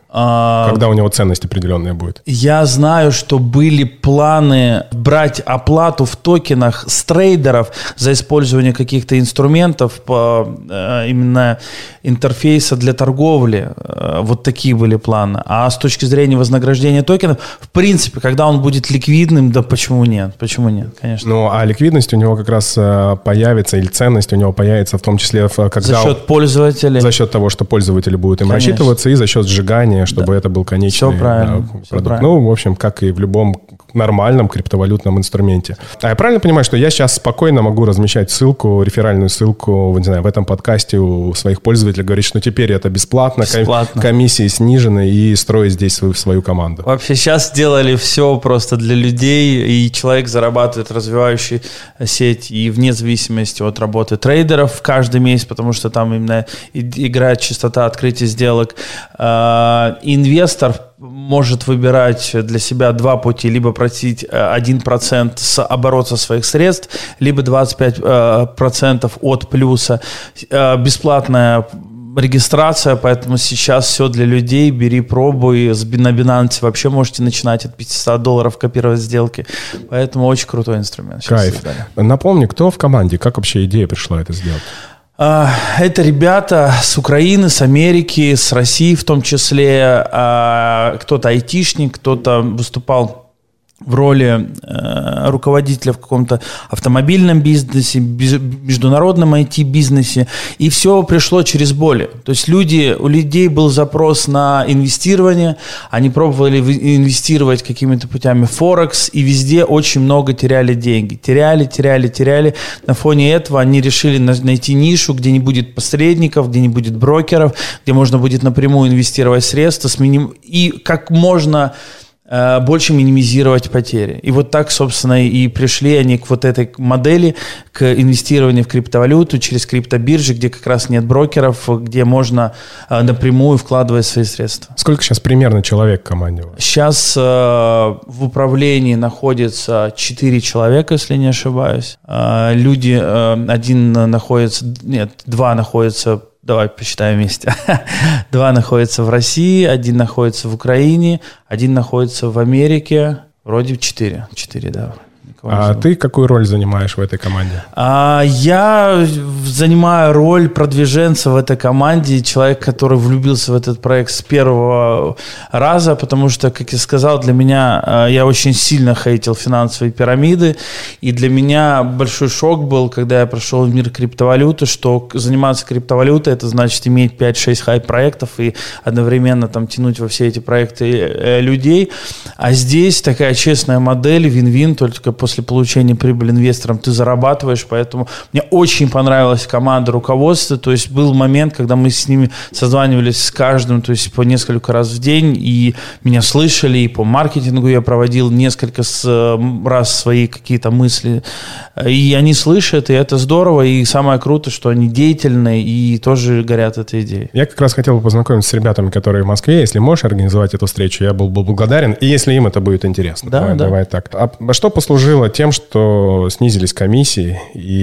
Когда у него ценность определенная будет? Я знаю, что были планы брать оплату в токенах с трейдеров за использование каких-то инструментов по именно интерфейса для торговли. Вот такие были планы. А с точки зрения вознаграждения токенов, в принципе, когда он будет ликвидным, да почему нет? Почему нет, конечно. Ну, а ликвидность у него как раз появится, или ценность у него появится в том числе, когда... За счет пользователей. За счет того, что пользователи будут им конечно. Рассчитываться, и за счет сжигания, чтобы да. это был конечный все правильно, да, все продукт. Правильно. Ну, в общем, как и в любом нормальном криптовалютном инструменте. А я правильно понимаю, что я сейчас спокойно могу размещать ссылку, реферальную ссылку, не знаю, в этом подкасте у своих пользователей, говорить, что теперь это бесплатно, бесплатно. комиссии снижены, и строить здесь свою, свою команду? Вообще сейчас сделали все просто для людей, и человек зарабатывает развивающую сеть, и вне зависимости от работы трейдеров каждый месяц, потому что там именно играет частота открытия сделок. Инвестор может выбирать для себя два пути: либо платить один процент с оборота своих средств, либо двадцать пять процентов от плюса. Бесплатная регистрация, поэтому сейчас все для людей. Бери, пробуй. На Binance вообще можете начинать от пятьсот долларов копировать сделки. Поэтому очень крутой инструмент. Сейчас Кайф. Создали. Напомни, кто в команде? Как вообще идея пришла это сделать? Это ребята с Украины, с Америки, с России в том числе. Кто-то айтишник, кто-то выступал в роли э, руководителя в каком-то автомобильном бизнесе, биз, международном ай ти-бизнесе. И все пришло через боли. То есть люди, у людей был запрос на инвестирование, они пробовали инвестировать какими-то путями Форекс, и везде очень много теряли деньги. Теряли, теряли, теряли. На фоне этого они решили найти нишу, где не будет посредников, где не будет брокеров, где можно будет напрямую инвестировать средства с миним... и как можно больше минимизировать потери. И вот так, собственно, и пришли они к вот этой модели, к инвестированию в криптовалюту через криптобиржи, где как раз нет брокеров, где можно напрямую вкладывать свои средства. Сколько сейчас примерно человек в команде у вас? Сейчас э, в управлении находится четыре человека, если не ошибаюсь. Э, люди, э, один находится, нет, два находятся. Давай посчитаем вместе. Два находятся в России, один находится в Украине, один находится в Америке. Вроде четыре. Четыре, да. А ты какую роль занимаешь в этой команде? А, я занимаю роль продвиженца в этой команде, человек, который влюбился в этот проект с первого раза, потому что, как я сказал, для меня, я очень сильно хейтил финансовые пирамиды, и для меня большой шок был, когда я прошел в мир криптовалюты, что заниматься криптовалютой, это значит иметь пять-шесть хайп-проектов и одновременно там тянуть во все эти проекты людей, а здесь такая честная модель, вин-вин, только после После получения прибыли инвесторам ты зарабатываешь, поэтому мне очень понравилась команда руководства, то есть был момент, когда мы с ними созванивались с каждым, то есть по несколько раз в день, и меня слышали, и по маркетингу я проводил несколько раз свои какие-то мысли, и они слышат, и это здорово, и самое крутое, что они деятельны и тоже горят этой идеей. Я как раз хотел бы познакомиться с ребятами, которые в Москве, если можешь организовать эту встречу, я был бы благодарен, и если им это будет интересно. Да, давай, да. давай так. А что послужило тем, что снизились комиссии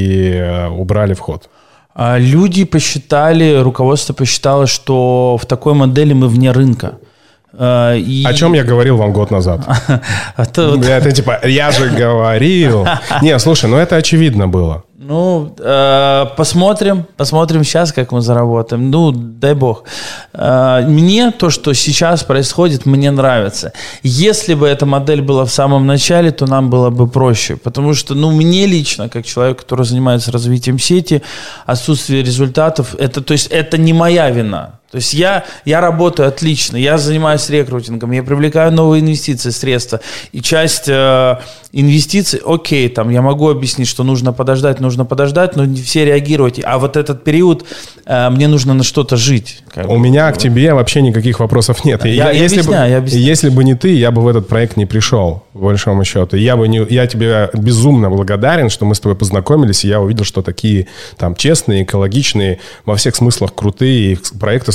и убрали вход? Люди посчитали, руководство посчитало, что в такой модели мы вне рынка. И... О чем я говорил вам год назад? Это типа, я же говорил. Не, слушай, ну это очевидно было. Ну, э, посмотрим, посмотрим сейчас, как мы заработаем. Ну, дай бог. Э, мне то, что сейчас происходит, мне нравится. Если бы эта модель была в самом начале, то нам было бы проще. Потому что, ну, мне лично, как человек, который занимается развитием сети, отсутствие результатов, это, то есть, это не моя вина. То есть я, я работаю отлично, я занимаюсь рекрутингом, я привлекаю новые инвестиции, средства. И часть э, инвестиций, окей, там я могу объяснить, что нужно подождать, нужно подождать, но не все реагировать. А вот этот период, э, мне нужно на что-то жить. У бы. меня к тебе вообще никаких вопросов нет. Я, я, если, объясняю, бы, я объясняю. если бы не ты, я бы в этот проект не пришел, по большому счету. Я, бы не, я тебе безумно благодарен, что мы с тобой познакомились, и я увидел, что такие там честные, экологичные, во всех смыслах крутые проекты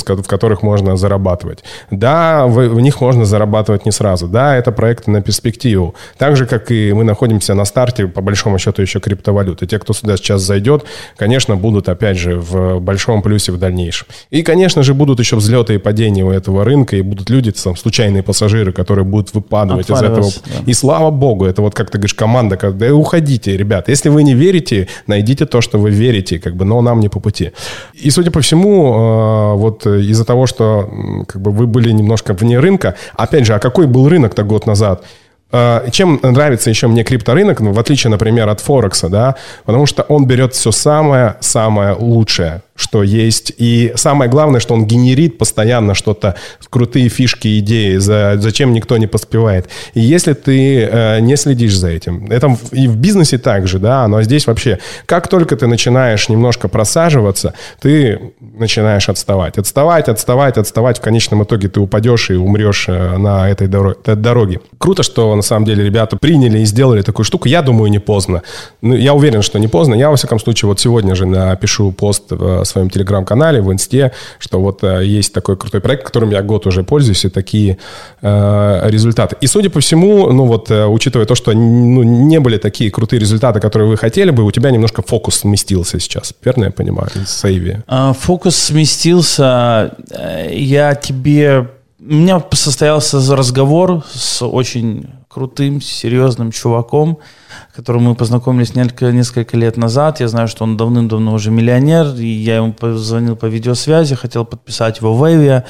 в которых можно зарабатывать. Да, в, в них можно зарабатывать не сразу. Да, это проекты на перспективу. Так же, как и мы находимся на старте, по большому счету, еще криптовалюты. Те, кто сюда сейчас зайдет, конечно, будут, опять же, в большом плюсе в дальнейшем. И, конечно же, будут еще взлеты и падения у этого рынка, и будут люди, там, случайные пассажиры, которые будут выпадывать из этого. Да. И слава богу, это вот, как ты говоришь, команда, когда уходите, ребят. Если вы не верите, найдите то, что вы верите, как бы, но нам не по пути. И, судя по всему, вот из-за того, что как бы, вы были немножко вне рынка, опять же, а какой был рынок-то год назад? Чем нравится еще мне крипторынок, ну, в отличие, например, от Форекса, да, потому что он берет все самое-самое лучшее, что есть. И самое главное, что он генерит постоянно что-то, крутые фишки, идеи, за, зачем никто не поспевает. И если ты э, не следишь за этим, это и в бизнесе также, да, но здесь вообще, как только ты начинаешь немножко просаживаться, ты начинаешь отставать. Отставать, отставать, отставать. В конечном итоге ты упадешь и умрешь на этой дороге. Круто, что на самом деле ребята приняли и сделали такую штуку. Я думаю, не поздно. Ну, я уверен, что не поздно. Я, во всяком случае, вот сегодня же напишу пост в своем телеграм-канале, в инсте, что вот э, есть такой крутой проект, которым я год уже пользуюсь, и такие э, результаты. И, судя по всему, ну вот, э, учитывая то, что ну, не были такие крутые результаты, которые вы хотели бы, у тебя немножко фокус сместился сейчас. Верно я понимаю? С Эйви. Фокус сместился. Я тебе... У меня состоялся разговор с очень крутым, серьезным чуваком, которым мы познакомились несколько, несколько лет назад. Я знаю, что он давным-давно уже миллионер, и я ему позвонил по видеосвязи, хотел подписать его в Эйви.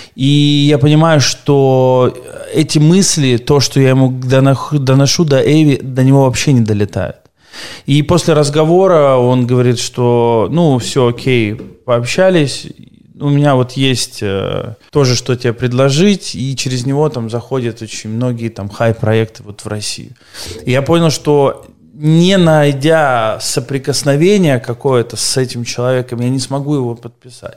И я понимаю, что эти мысли, то, что я ему доношу до Эйви, до него вообще не долетает. И после разговора он говорит, что ну все, окей, пообщались, у меня вот есть э, тоже, что тебе предложить, и через него там заходят очень многие там хай-проекты вот в Россию. И я понял, что не найдя соприкосновения какое-то с этим человеком, я не смогу его подписать.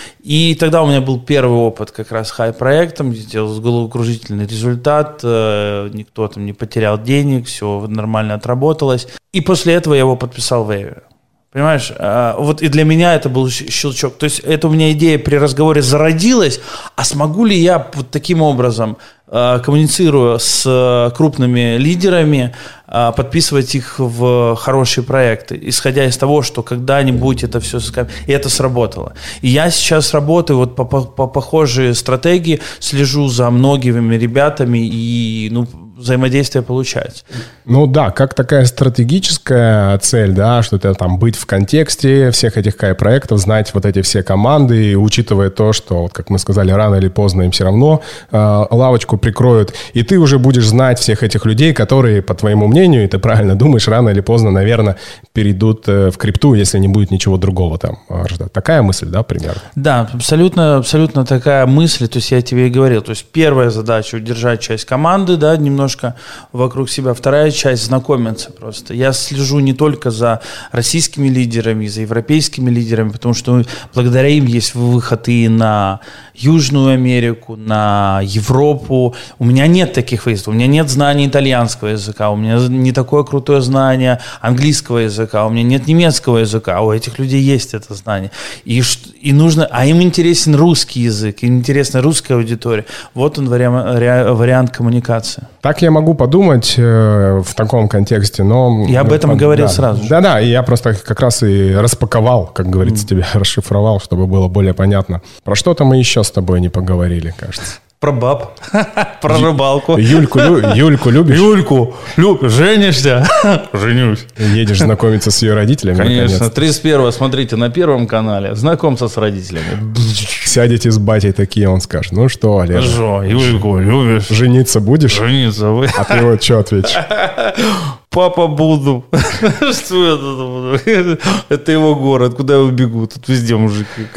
И тогда у меня был первый опыт как раз хай-проектом, сделал головокружительный результат, э, никто там не потерял денег, все нормально отработалось. И после этого я его подписал в Эйви. Понимаешь, вот и для меня это был щелчок. То есть это у меня идея при разговоре зародилась, а смогу ли я вот таким образом, коммуницируя с крупными лидерами, подписывать их в хорошие проекты, исходя из того, что когда-нибудь это все... И это сработало. И я сейчас работаю вот по, по, по похожей стратегии, слежу за многими ребятами, и ну, взаимодействие получается. Ну да, как такая стратегическая цель, да, что это там быть в контексте всех этих проектов, знать вот эти все команды, и учитывая то, что, вот, как мы сказали, рано или поздно им все равно э, лавочку прикроют, и ты уже будешь знать всех этих людей, которые, по твоему мнению, и ты правильно думаешь, рано или поздно, наверное, перейдут в крипту, если не будет ничего другого там ждать. Такая мысль, да, примерно? Да, абсолютно, абсолютно такая мысль, то есть я тебе и говорил, то есть первая задача — удержать часть команды, да, немножко вокруг себя, вторая часть — знакомиться просто. Я слежу не только за российскими лидерами, за европейскими лидерами, потому что благодаря им есть выход и на Южную Америку, на Европу. У меня нет таких выездов, у меня нет знаний итальянского языка, у меня не такое крутое знание английского языка, у меня нет немецкого языка, а у этих людей есть это знание. И, и нужно, а им интересен русский язык, им интересна русская аудитория. Вот он вариант, вариант коммуникации. Так я могу подумать э, в таком контексте, но... Я об этом под, и говорил да, сразу же. Да-да, и я просто как раз и распаковал, как говорится, mm. тебя расшифровал, чтобы было более понятно. Про что-то мы еще с тобой не поговорили, кажется. Про баб, про рыбалку. Юльку, Юльку любишь? Юльку любишь? Женишься? Женюсь. Едешь знакомиться с ее родителями? Конечно. тридцать первого смотрите на Первом канале. Знакомься с родителями. Сядете с батей такие, он скажет: ну что, Олег? Что, Юльку любишь? Жениться будешь? Жениться вы. А ты вот что ответишь? Папа, буду. Что я тут буду? Это его город. Куда я убегу? Тут везде мужики.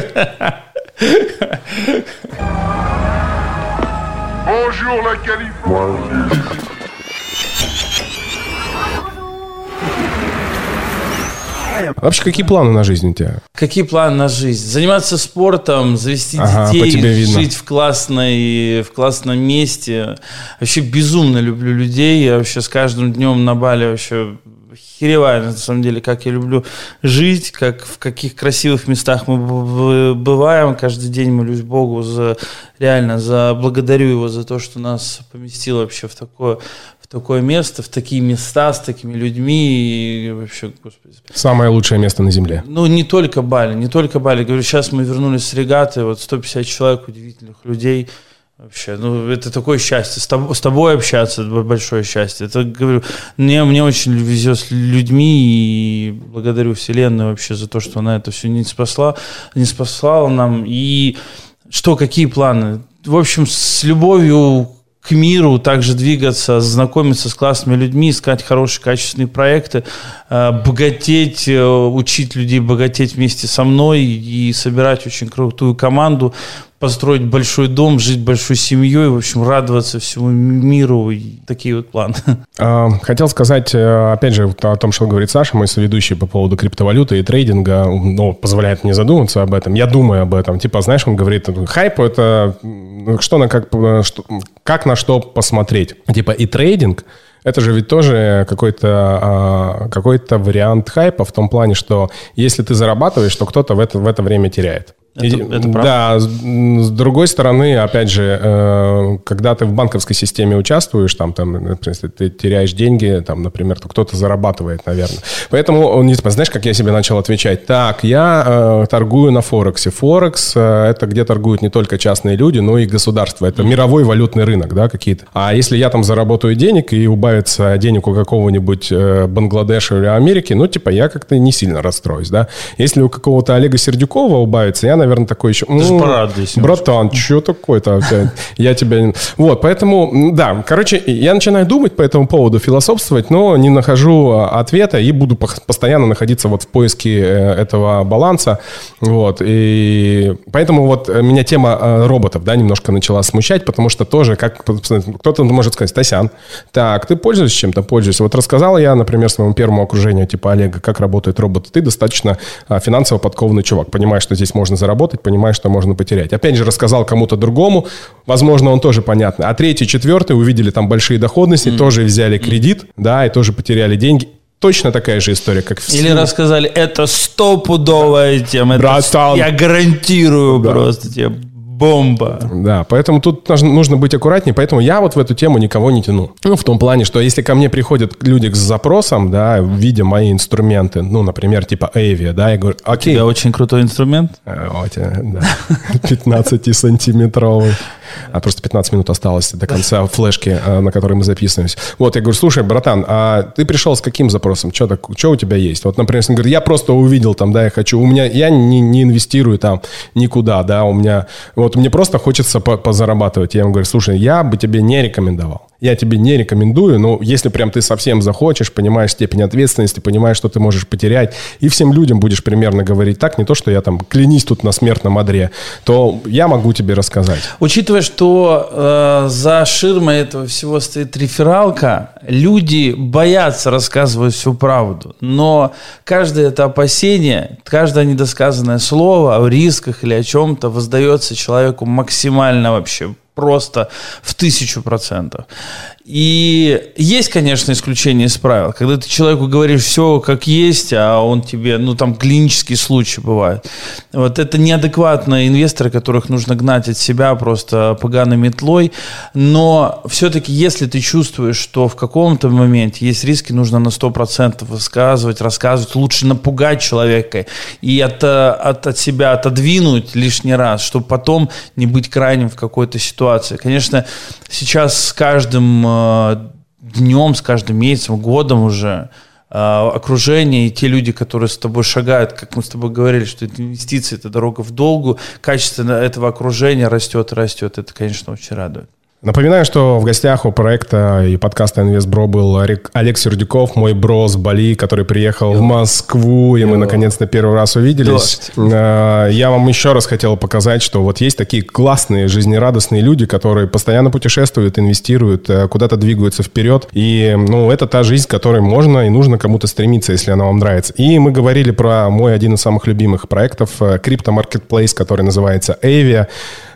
Bonjour la Californie. Вообще, какие планы на жизнь у тебя? Какие планы на жизнь? Заниматься спортом, завести ага, детей, жить в, классной, в классном месте. Вообще безумно люблю людей. Я вообще с каждым днем на Бали вообще херевая, на самом деле, как я люблю жить, как в каких красивых местах мы бываем. Каждый день молюсь Богу за, реально, за, благодарю Его за то, что нас поместил вообще в такое, в такое место, в такие места с такими людьми. И вообще, Господи. Самое лучшее место на земле. Ну, не только Бали, не только Бали. Говорю, сейчас мы вернулись с регаты, вот сто пятьдесят человек, удивительных людей. Вообще, ну, это такое счастье. С тобой, с тобой общаться, это большое счастье. Это, говорю, мне, мне очень везет с людьми, и благодарю Вселенную вообще за то, что она это все не спасла, не спасла нам. И что, какие планы? В общем, с любовью к миру также двигаться, знакомиться с классными людьми, искать хорошие, качественные проекты, богатеть, учить людей богатеть вместе со мной и собирать очень крутую команду, построить большой дом, жить большой семьей, в общем, радоваться всему миру. И такие вот планы. Хотел сказать, опять же, о том, что говорит Саша, мой соведущий по поводу криптовалюты и трейдинга, ну, позволяет мне задуматься об этом. Я думаю об этом. Типа, знаешь, он говорит, хайп — это что на как, что, как на что посмотреть. Типа, и трейдинг — это же ведь тоже какой-то, какой-то вариант хайпа в том плане, что если ты зарабатываешь, то кто-то в это, в это время теряет. Это, И, это правда? Да, с, с другой стороны, опять же, э, когда ты в банковской системе участвуешь, там, там, например, ты теряешь деньги, там, например, то кто-то зарабатывает, наверное. Поэтому, не, знаешь, как я себе начал отвечать? Так, я э, торгую на Форексе. Форекс э, – это где торгуют не только частные люди, но и государства. Это мировой валютный рынок, да, какие-то. А если я там заработаю денег и убавится денег у какого-нибудь э, Бангладеша или Америки, ну, типа, я как-то не сильно расстроюсь, да. Если у какого-то Олега Сердюкова убавится, я, наверное, такой еще... Ну, братан, что такое-то опять? Я тебя... Вот, поэтому, да, короче, я начинаю думать по этому поводу, философствовать, но не нахожу ответа и буду постоянно находиться вот в поиске этого баланса, вот, и поэтому вот меня тема роботов, да, немножко начала смущать, потому что тоже, как кто-то может сказать, Тасян, так, ты пользуешься чем-то? Пользуешься. Вот рассказал я, например, своему первому окружению, типа Олега, как работает робот. Ты достаточно финансово подкованный чувак, понимаешь, что здесь можно заработать, понимаешь, что можно потерять. Опять же, рассказал кому-то другому, возможно, он тоже понятный. А третий, четвертый увидели там большие доходности, mm. тоже взяли кредит, да, и тоже потеряли деньги. Точно такая же история, как в... Или рассказали, это стопудовая тема. Это, я гарантирую, да. Просто тебе бомба. Да, поэтому тут нужно быть аккуратнее, поэтому я вот в эту тему никого не тяну. Ну, в том плане, что если ко мне приходят люди с запросом, да, видя мои инструменты, ну, например, типа Avia, да, я говорю, окей. У тебя очень крутой инструмент? Вот, да, пятнадцатисантиметровый. А просто пятнадцать минут осталось до конца флешки, на которой мы записываемся. Вот, я говорю, слушай, братан, а ты пришел с каким запросом? Что, так, что у тебя есть? Вот, например, он говорит, я просто увидел там, да, я хочу, у меня, я не, не инвестирую там никуда, да, у меня, вот мне просто хочется позарабатывать. Я ему говорю, слушай, я бы тебе не рекомендовал. Я тебе не рекомендую, но если прям ты совсем захочешь, понимаешь степень ответственности, понимаешь, что ты можешь потерять, и всем людям будешь примерно говорить так, не то, что я там клянись тут на смертном одре, то я могу тебе рассказать. Учитывая, что э, за ширмой этого всего стоит рефералка, люди боятся рассказывать всю правду, но каждое это опасение, каждое недосказанное слово о рисках или о чем-то воздается человеку максимально вообще просто в тысячу процентов. И есть, конечно, исключение из правил. Когда ты человеку говоришь все как есть, а он тебе, ну, там клинические случаи бывают. Вот это неадекватные инвесторы, которых нужно гнать от себя просто поганой метлой. Но все-таки, если ты чувствуешь, что в каком-то моменте есть риски, нужно на сто процентов высказывать, рассказывать. Лучше напугать человека и от, от, от себя отодвинуть лишний раз, чтобы потом не быть крайним в какой-то ситуации. Конечно, сейчас с каждым днем, с каждым месяцем, годом уже окружение и те люди, которые с тобой шагают, как мы с тобой говорили, что это инвестиции, это дорога в долгу, качество этого окружения растет и растет. Это, конечно, очень радует. Напоминаю, что в гостях у проекта и подкаста «Инвестбро» был Олег Сердюков, мой бро с Бали, который приехал Йо. в Москву, и Йо. мы наконец-то первый раз увиделись. Дождь. Я вам еще раз хотел показать, что вот есть такие классные, жизнерадостные люди, которые постоянно путешествуют, инвестируют, куда-то двигаются вперед. И, ну, это та жизнь, к которой можно и нужно кому-то стремиться, если она вам нравится. И мы говорили про мой один из самых любимых проектов, крипто-маркетплейс, который называется Avia.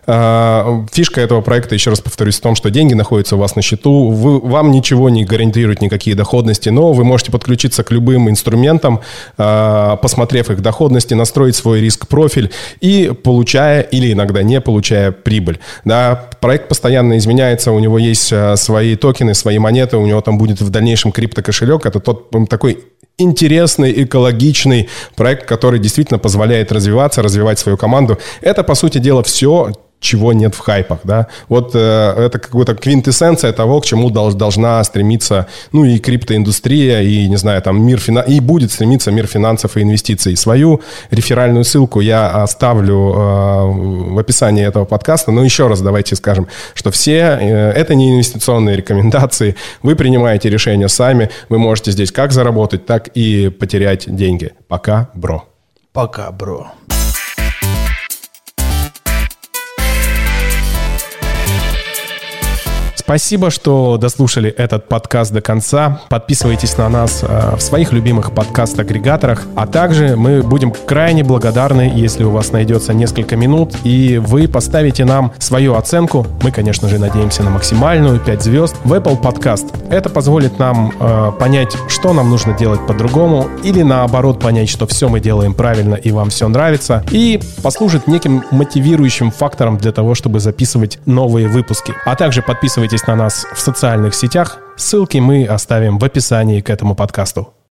Фишка этого проекта, еще раз повторюсь, в том, что деньги находятся у вас на счету, вы, вам ничего не гарантирует никакие доходности, но вы можете подключиться к любым инструментам, посмотрев их доходности, настроить свой риск-профиль и получая или иногда не получая прибыль. Да, проект постоянно изменяется, у него есть свои токены, свои монеты, у него там будет в дальнейшем криптокошелек. Это тот такой интересный, экологичный проект, который действительно позволяет развиваться, развивать свою команду. Это, по сути дела, все, чего нет в хайпах, да. Вот э, это какая-то квинтэссенция того, к чему долж, должна стремиться, ну, и криптоиндустрия, и, не знаю, там, мир финансов, и будет стремиться мир финансов и инвестиций. Свою реферальную ссылку я оставлю э, в описании этого подкаста, но еще раз давайте скажем, что все, э, это не инвестиционные рекомендации, вы принимаете решения сами, вы можете здесь как заработать, так и потерять деньги. Пока, бро. Пока, бро. Спасибо, что дослушали этот подкаст до конца. Подписывайтесь на нас э, в своих любимых подкаст-агрегаторах. А также мы будем крайне благодарны, если у вас найдется несколько минут, и вы поставите нам свою оценку. Мы, конечно же, надеемся на максимальную, пять звезд, в Apple Podcast. Это позволит нам э, понять, что нам нужно делать по-другому, или наоборот понять, что все мы делаем правильно и вам все нравится, и послужит неким мотивирующим фактором для того, чтобы записывать новые выпуски. А также подписывайтесь на нас в социальных сетях. Ссылки мы оставим в описании к этому подкасту.